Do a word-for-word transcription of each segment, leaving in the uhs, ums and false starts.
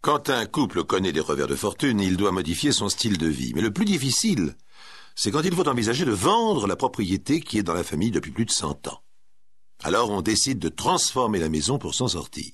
Quand un couple connaît des revers de fortune, il doit modifier son style de vie. Mais le plus difficile, c'est quand il faut envisager de vendre la propriété qui est dans la famille depuis plus de cent ans. Alors on décide de transformer la maison pour s'en sortir.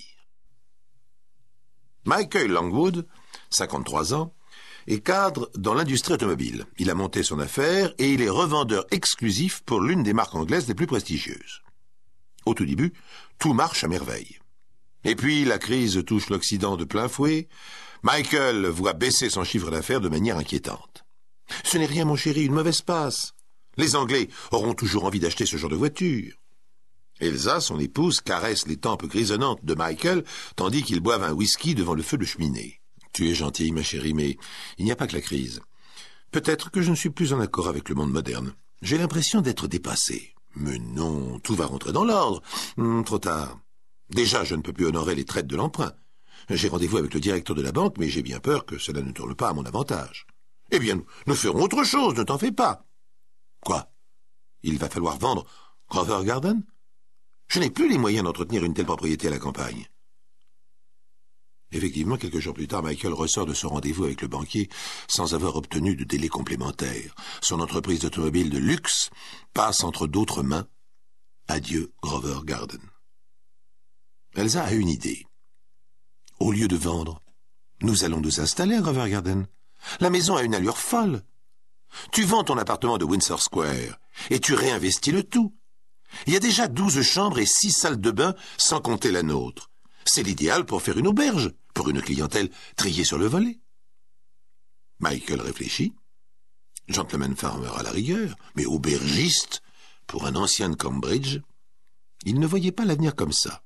Michael Longwood, cinquante-trois ans, est cadre dans l'industrie automobile. Il a monté son affaire et il est revendeur exclusif pour l'une des marques anglaises les plus prestigieuses. Au tout début, tout marche à merveille. Et puis, la crise touche l'Occident de plein fouet. Michael voit baisser son chiffre d'affaires de manière inquiétante. Ce n'est rien, mon chéri, une mauvaise passe. Les Anglais auront toujours envie d'acheter ce genre de voiture. Elsa, son épouse, caresse les tempes grisonnantes de Michael, tandis qu'ils boivent un whisky devant le feu de cheminée. Tu es gentille, ma chérie, mais il n'y a pas que la crise. Peut-être que je ne suis plus en accord avec le monde moderne. J'ai l'impression d'être dépassé. Mais non, tout va rentrer dans l'ordre. Hum, trop tard. Déjà, je ne peux plus honorer les traites de l'emprunt. J'ai rendez-vous avec le directeur de la banque, mais j'ai bien peur que cela ne tourne pas à mon avantage. Eh bien, nous, nous ferons autre chose, ne t'en fais pas. Quoi? Il va falloir vendre Grover Garden? Je n'ai plus les moyens d'entretenir une telle propriété à la campagne. Effectivement, quelques jours plus tard, Michael ressort de son rendez-vous avec le banquier sans avoir obtenu de délai complémentaire. Son entreprise d'automobile de luxe passe entre d'autres mains. Adieu, Grover Garden. Elsa a une idée. Au lieu de vendre, nous allons nous installer à Grover Garden. La maison a une allure folle. Tu vends ton appartement de Windsor Square et tu réinvestis le tout. Il y a déjà douze chambres et six salles de bain sans compter la nôtre. C'est l'idéal pour faire une auberge, pour une clientèle triée sur le volet. Michael réfléchit. Gentleman farmer à la rigueur, mais aubergiste, pour un ancien de Cambridge, il ne voyait pas l'avenir comme ça.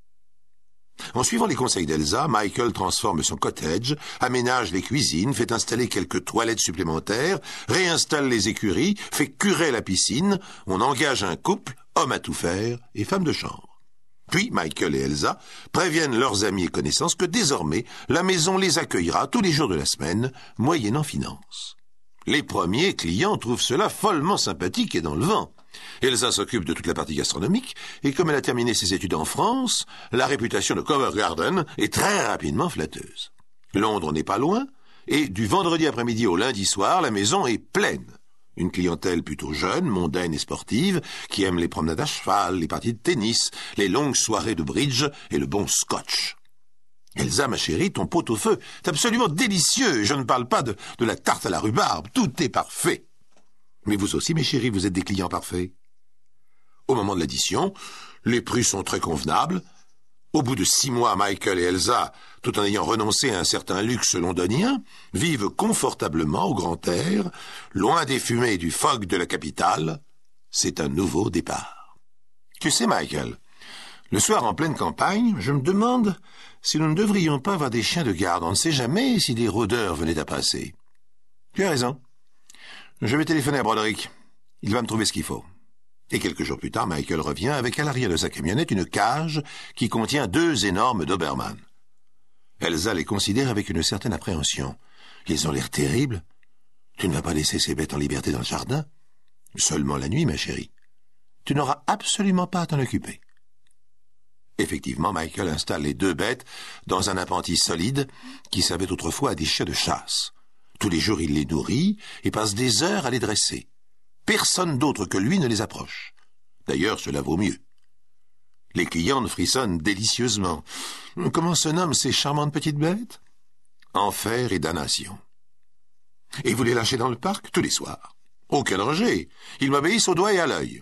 En suivant les conseils d'Elsa, Michael transforme son cottage, aménage les cuisines, fait installer quelques toilettes supplémentaires, réinstalle les écuries, fait curer la piscine, on engage un couple, homme à tout faire et femme de chambre. Puis Michael et Elsa préviennent leurs amis et connaissances que désormais la maison les accueillera tous les jours de la semaine, moyennant finance. Les premiers clients trouvent cela follement sympathique et dans le vent. Elsa s'occupe de toute la partie gastronomique, et comme elle a terminé ses études en France, la réputation de Covent Garden est très rapidement flatteuse. Londres n'est pas loin, et du vendredi après-midi au lundi soir, la maison est pleine. Une clientèle plutôt jeune, mondaine et sportive, qui aime les promenades à cheval, les parties de tennis, les longues soirées de bridge et le bon scotch. Elsa, ma chérie, ton pot-au-feu est absolument délicieux, et je ne parle pas de, de la tarte à la rhubarbe, tout est parfait. Mais vous aussi, mes chéris, vous êtes des clients parfaits. Au moment de l'addition, les prix sont très convenables. Au bout de six mois, Michael et Elsa, tout en ayant renoncé à un certain luxe londonien, vivent confortablement au grand air, loin des fumées et du fog de la capitale. C'est un nouveau départ. Tu sais, Michael, le soir en pleine campagne, je me demande si nous ne devrions pas avoir des chiens de garde. On ne sait jamais si des rôdeurs venaient à passer. Tu as raison. Je vais téléphoner à Broderick. Il va me trouver ce qu'il faut. Et quelques jours plus tard, Michael revient avec à l'arrière de sa camionnette une cage qui contient deux énormes Doberman. Elsa les considère avec une certaine appréhension. Ils ont l'air terribles. Tu ne vas pas laisser ces bêtes en liberté dans le jardin? Seulement la nuit, ma chérie. Tu n'auras absolument pas à t'en occuper. Effectivement, Michael installe les deux bêtes dans un appentis solide qui servait autrefois à des chiens de chasse. Tous les jours, il les nourrit et passe des heures à les dresser. Personne d'autre que lui ne les approche. D'ailleurs, cela vaut mieux. Les clientes frissonnent délicieusement. Comment se nomment ces charmantes petites bêtes? Enfer et damnation. Et vous les lâchez dans le parc tous les soirs. Aucun danger. Ils m'obéissent au doigt et à l'œil.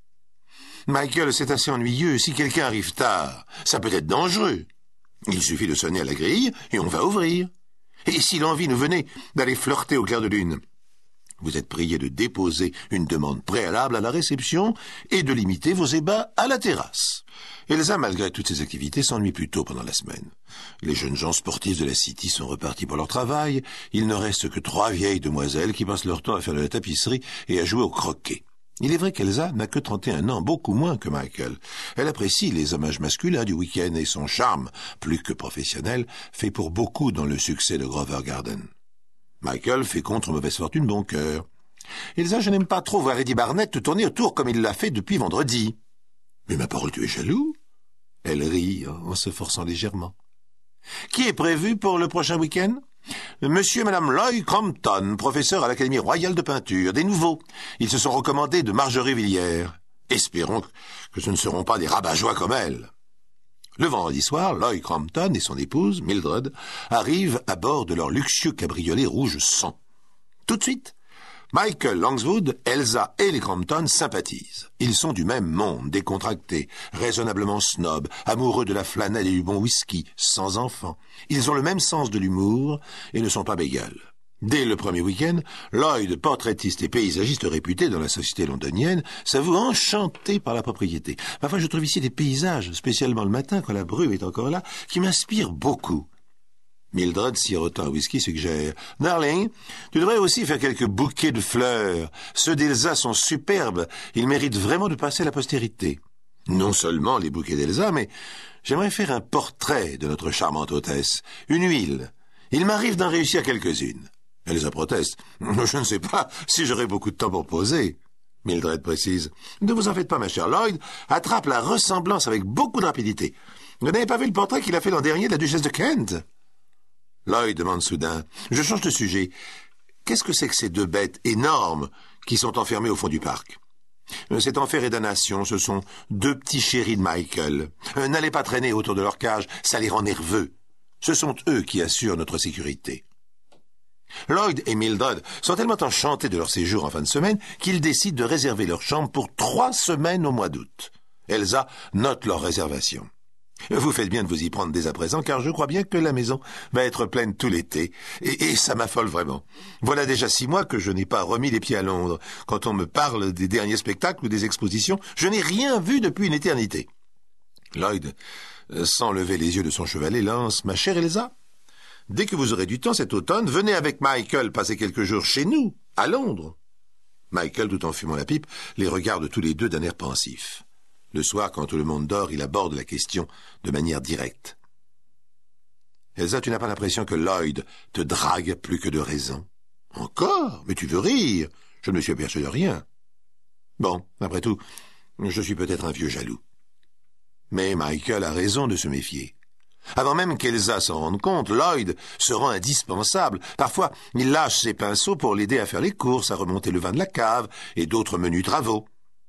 Michael, c'est assez ennuyeux. Si quelqu'un arrive tard, ça peut être dangereux. Il suffit de sonner à la grille et on va ouvrir. Et si l'envie nous venait d'aller flirter au clair de lune? Vous êtes prié de déposer une demande préalable à la réception et de limiter vos ébats à la terrasse. Elsa, malgré toutes ses activités, s'ennuie plutôt pendant la semaine. Les jeunes gens sportifs de la City sont repartis pour leur travail. Il ne reste que trois vieilles demoiselles qui passent leur temps à faire de la tapisserie et à jouer au croquet. Il est vrai qu'Elsa n'a que trente et un ans, beaucoup moins que Michael. Elle apprécie les hommages masculins du week-end et son charme, plus que professionnel, fait pour beaucoup dans le succès de Grover Garden. Michael fait contre mauvaise fortune bon cœur. Elsa, je n'aime pas trop voir Eddie Barnett te tourner autour comme il l'a fait depuis vendredi. Mais ma parole, tu es jaloux? Elle rit en se forçant légèrement. Qui est prévu pour le prochain week-end? Monsieur et Madame Lloyd Crompton, professeurs à l'Académie royale de peinture, des nouveaux. Ils se sont recommandés de Marjorie Villiers. Espérons que ce ne seront pas des rabat-joie comme elle. Le vendredi soir, Lloyd Crompton et son épouse, Mildred, arrivent à bord de leur luxueux cabriolet rouge sang. Tout de suite, Michael Longswood, Elsa et les Crompton sympathisent. Ils sont du même monde, décontractés, raisonnablement snobs, amoureux de la flanelle et du bon whisky, sans enfants. Ils ont le même sens de l'humour et ne sont pas bégueules. Dès le premier week-end, Lloyd, portraitiste et paysagiste réputé dans la société londonienne, s'avoue enchanté par la propriété. Parfois, je trouve ici des paysages, spécialement le matin, quand la brume est encore là, qui m'inspirent beaucoup. Mildred, sirotant un whisky, suggère « Darling, tu devrais aussi faire quelques bouquets de fleurs. Ceux d'Elsa sont superbes. Ils méritent vraiment de passer à la postérité. Non seulement les bouquets d'Elsa, mais j'aimerais faire un portrait de notre charmante hôtesse. Une huile. Il m'arrive d'en réussir quelques-unes. » Elsa proteste. « Je ne sais pas si j'aurai beaucoup de temps pour poser. » Mildred précise. « Ne vous en faites pas, ma chère Lloyd. Attrape la ressemblance avec beaucoup de rapidité. Vous n'avez pas vu le portrait qu'il a fait l'an dernier de la duchesse de Kent ?» Lloyd demande soudain. « Je change de sujet. Qu'est-ce que c'est que ces deux bêtes énormes qui sont enfermées au fond du parc ?» C'est enfer et damnation, ce sont deux petits chéris de Michael. N'allez pas traîner autour de leur cage, ça les rend nerveux. Ce sont eux qui assurent notre sécurité. Lloyd et Mildred sont tellement enchantés de leur séjour en fin de semaine qu'ils décident de réserver leur chambre pour trois semaines au mois d'août. Elsa note leur réservation. Vous faites bien de vous y prendre dès à présent, car je crois bien que la maison va être pleine tout l'été, et, et ça m'affole vraiment. Voilà déjà six mois que je n'ai pas remis les pieds à Londres. Quand on me parle des derniers spectacles ou des expositions, je n'ai rien vu depuis une éternité. Lloyd, sans lever les yeux de son chevalet, lance « Ma chère Elsa, dès que vous aurez du temps cet automne, venez avec Michael passer quelques jours chez nous, à Londres. » Michael, tout en fumant la pipe, les regarde tous les deux d'un air pensif. Le soir, quand tout le monde dort, il aborde la question de manière directe. « Elsa, tu n'as pas l'impression que Lloyd te drague plus que de raison? »« Encore? Mais tu veux rire? Je ne me suis aperçu de rien. »« Bon, après tout, je suis peut-être un vieux jaloux. » Mais Michael a raison de se méfier. Avant même qu'Elsa s'en rende compte, Lloyd se rend indispensable. Parfois, il lâche ses pinceaux pour l'aider à faire les courses, à remonter le vin de la cave et d'autres menus travaux.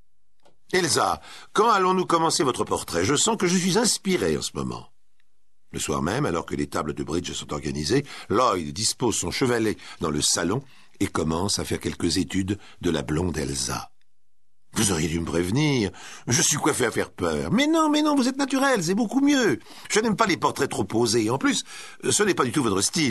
« Elsa, quand allons-nous commencer votre portrait? Je sens que je suis inspiré en ce moment. » Le soir même, alors que les tables de bridge sont organisées, Lloyd dispose son chevalet dans le salon et commence à faire quelques études de la blonde Elsa. « Vous auriez dû me prévenir. Je suis coiffé à faire peur. »« Mais non, mais non, vous êtes naturel, c'est beaucoup mieux. Je n'aime pas les portraits trop posés. En plus, ce n'est pas du tout votre style. »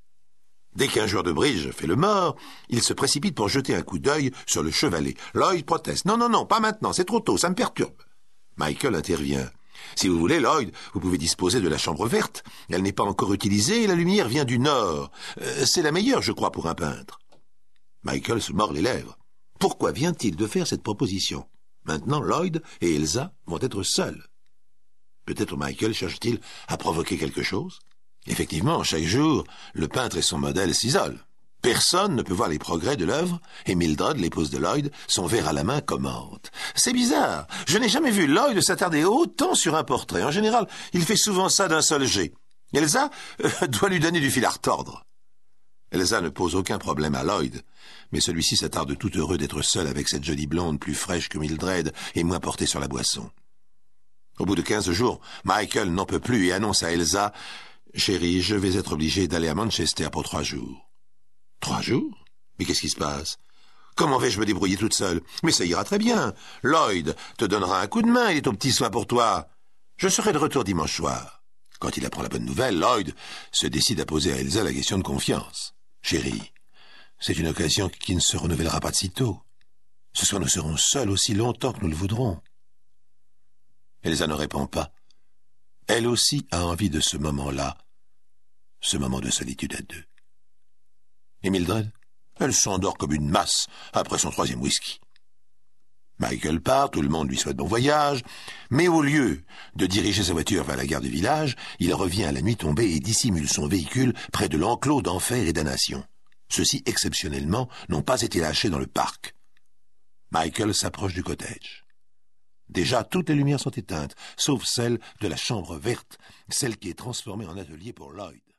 Dès qu'un joueur de bridge fait le mort, il se précipite pour jeter un coup d'œil sur le chevalet. Lloyd proteste. « Non, non, non, pas maintenant, c'est trop tôt, ça me perturbe. » Michael intervient. « Si vous voulez, Lloyd, vous pouvez disposer de la chambre verte. Elle n'est pas encore utilisée et la lumière vient du nord. Euh, c'est la meilleure, je crois, pour un peintre. » Michael se mord les lèvres. Pourquoi vient-il de faire cette proposition? Maintenant, Lloyd et Elsa vont être seuls. Peut-être Michael cherche-t-il à provoquer quelque chose? Effectivement, chaque jour, le peintre et son modèle s'isolent. Personne ne peut voir les progrès de l'œuvre, et Mildred, l'épouse de Lloyd, son verre à la main, commente. C'est bizarre, je n'ai jamais vu Lloyd s'attarder autant sur un portrait. En général, il fait souvent ça d'un seul jet. Elsa euh, doit lui donner du fil à retordre. Elsa ne pose aucun problème à Lloyd, mais celui-ci s'attarde tout heureux d'être seul avec cette jolie blonde plus fraîche que Mildred et moins portée sur la boisson. Au bout de quinze jours, Michael n'en peut plus et annonce à Elsa « Chérie, je vais être obligé d'aller à Manchester pour trois jours. »« Trois jours? Mais qu'est-ce qui se passe? Comment vais-je me débrouiller toute seule? Mais ça ira très bien. Lloyd te donnera un coup de main, il est au petit soin pour toi. Je serai de retour dimanche soir. » Quand il apprend la bonne nouvelle, Lloyd se décide à poser à Elsa la question de confiance. « Chérie, c'est une occasion qui ne se renouvellera pas de sitôt. Ce soir, nous serons seuls aussi longtemps que nous le voudrons. » Elsa ne répond pas. Elle aussi a envie de ce moment-là, ce moment de solitude à deux. Et Mildred? Elle s'endort comme une masse après son troisième whisky. Michael part, tout le monde lui souhaite bon voyage, mais au lieu de diriger sa voiture vers la gare du village, il revient à la nuit tombée et dissimule son véhicule près de l'enclos d'enfer et damnation. Ceux-ci, exceptionnellement, n'ont pas été lâchés dans le parc. Michael s'approche du cottage. Déjà, toutes les lumières sont éteintes, sauf celle de la chambre verte, celle qui est transformée en atelier pour Lloyd.